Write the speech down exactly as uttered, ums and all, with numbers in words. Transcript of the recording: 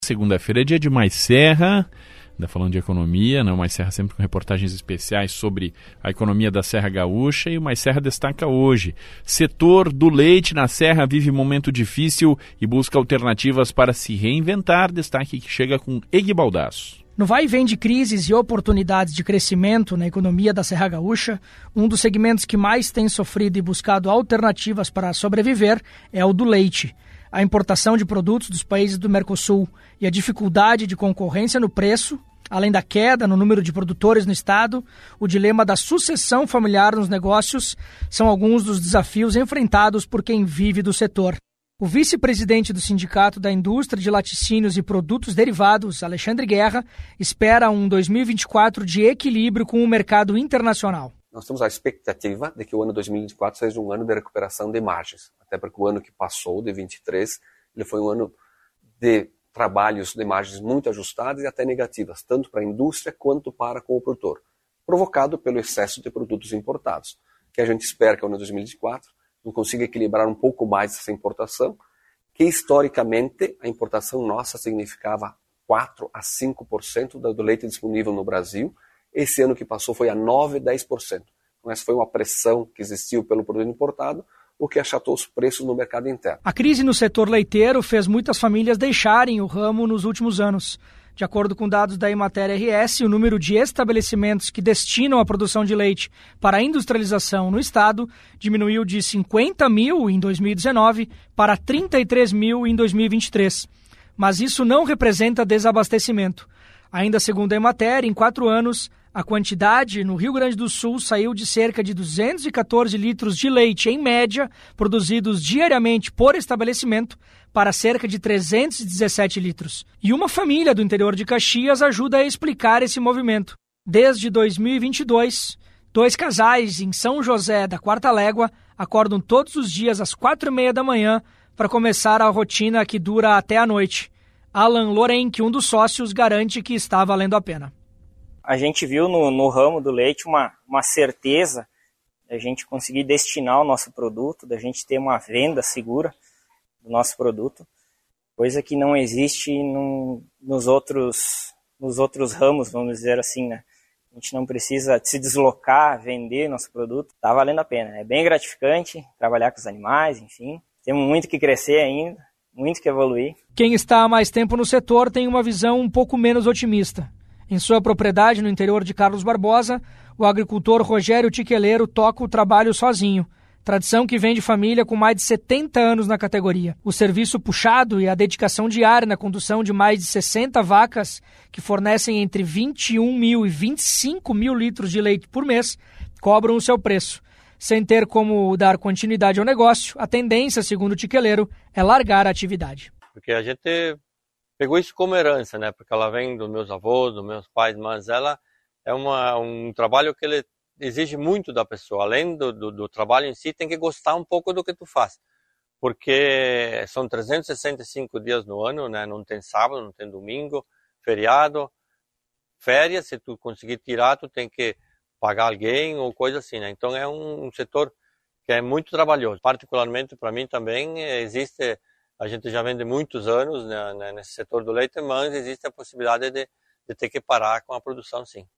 Segunda-feira é dia de Mais Serra, ainda falando de economia, né? O Mais Serra sempre com reportagens especiais sobre a economia da Serra Gaúcha, e o Mais Serra destaca hoje: setor do leite na Serra vive momento difícil e busca alternativas para se reinventar. Destaque que chega com Egui Baldasso. No vai e vem de crises e oportunidades de crescimento na economia da Serra Gaúcha, um dos segmentos que mais tem sofrido e buscado alternativas para sobreviver é o do leite. A importação de produtos dos países do Mercosul e a dificuldade de concorrência no preço, além da queda no número de produtores no estado, o dilema da sucessão familiar nos negócios são alguns dos desafios enfrentados por quem vive do setor. O vice-presidente do Sindicato da Indústria de Laticínios e Produtos Derivados, Alexandre Guerra, espera um dois mil e vinte e quatro de equilíbrio com o mercado internacional. Nós temos a expectativa de que o ano dois mil e vinte e quatro seja um ano de recuperação de margens, até porque o ano que passou, de vinte e três, ele foi um ano de trabalhos de margens muito ajustadas e até negativas, tanto para a indústria quanto para com o produtor, provocado pelo excesso de produtos importados, que a gente espera que o ano dois mil e vinte e quatro não consiga equilibrar um pouco mais essa importação, que historicamente a importação nossa significava quatro a cinco por cento do leite disponível no Brasil. Esse ano que passou foi a nove, dez por cento. Então essa foi uma pressão que existiu pelo produto importado, o que achatou os preços no mercado interno. A crise no setor leiteiro fez muitas famílias deixarem o ramo nos últimos anos. De acordo com dados da Emater R S, o número de estabelecimentos que destinam a produção de leite para a industrialização no estado diminuiu de cinquenta mil em dois mil e dezenove para trinta e três mil em dois mil e vinte e três. Mas isso não representa desabastecimento. Ainda segundo a Emater, em quatro anos, a quantidade no Rio Grande do Sul saiu de cerca de duzentos e quatorze litros de leite, em média, produzidos diariamente por estabelecimento, para cerca de trezentos e dezessete litros. E uma família do interior de Caxias ajuda a explicar esse movimento. Desde dois mil e vinte e dois, dois casais em São José da Quarta Légua acordam todos os dias às quatro e meia da manhã para começar a rotina que dura até a noite. Alan Lorenck, um dos sócios, garante que está valendo a pena. A gente viu no, no ramo do leite uma, uma certeza da gente conseguir destinar o nosso produto, da gente ter uma venda segura do nosso produto, coisa que não existe num, nos, outros, nos outros ramos, vamos dizer assim, né? A gente não precisa se deslocar, vender nosso produto, tá valendo a pena. É bem gratificante trabalhar com os animais, enfim. Temos muito que crescer ainda, muito que evoluir. Quem está há mais tempo no setor tem uma visão um pouco menos otimista. Em sua propriedade no interior de Carlos Barbosa, o agricultor Rogério Tiqueleiro toca o trabalho sozinho, tradição que vem de família com mais de setenta anos na categoria. O serviço puxado e a dedicação diária na condução de mais de sessenta vacas, que fornecem entre vinte e um mil e vinte e cinco mil litros de leite por mês, cobram o seu preço. Sem ter como dar continuidade ao negócio, a tendência, segundo o Tiqueleiro, é largar a atividade. Porque a gente pegou isso como herança, né? Porque ela vem dos meus avós, dos meus pais, mas ela é uma, um trabalho que ele exige muito da pessoa. Além do, do, do trabalho em si, tem que gostar um pouco do que tu faz. Porque são trezentos e sessenta e cinco dias no ano, né? Não tem sábado, não tem domingo, feriado, férias. Se tu conseguir tirar, tu tem que pagar alguém ou coisa assim, né? Então é um, um setor que é muito trabalhoso. Particularmente para mim também existe... A gente já vende muitos anos, né, nesse setor do leite, mas existe a possibilidade de, de ter que parar com a produção, sim.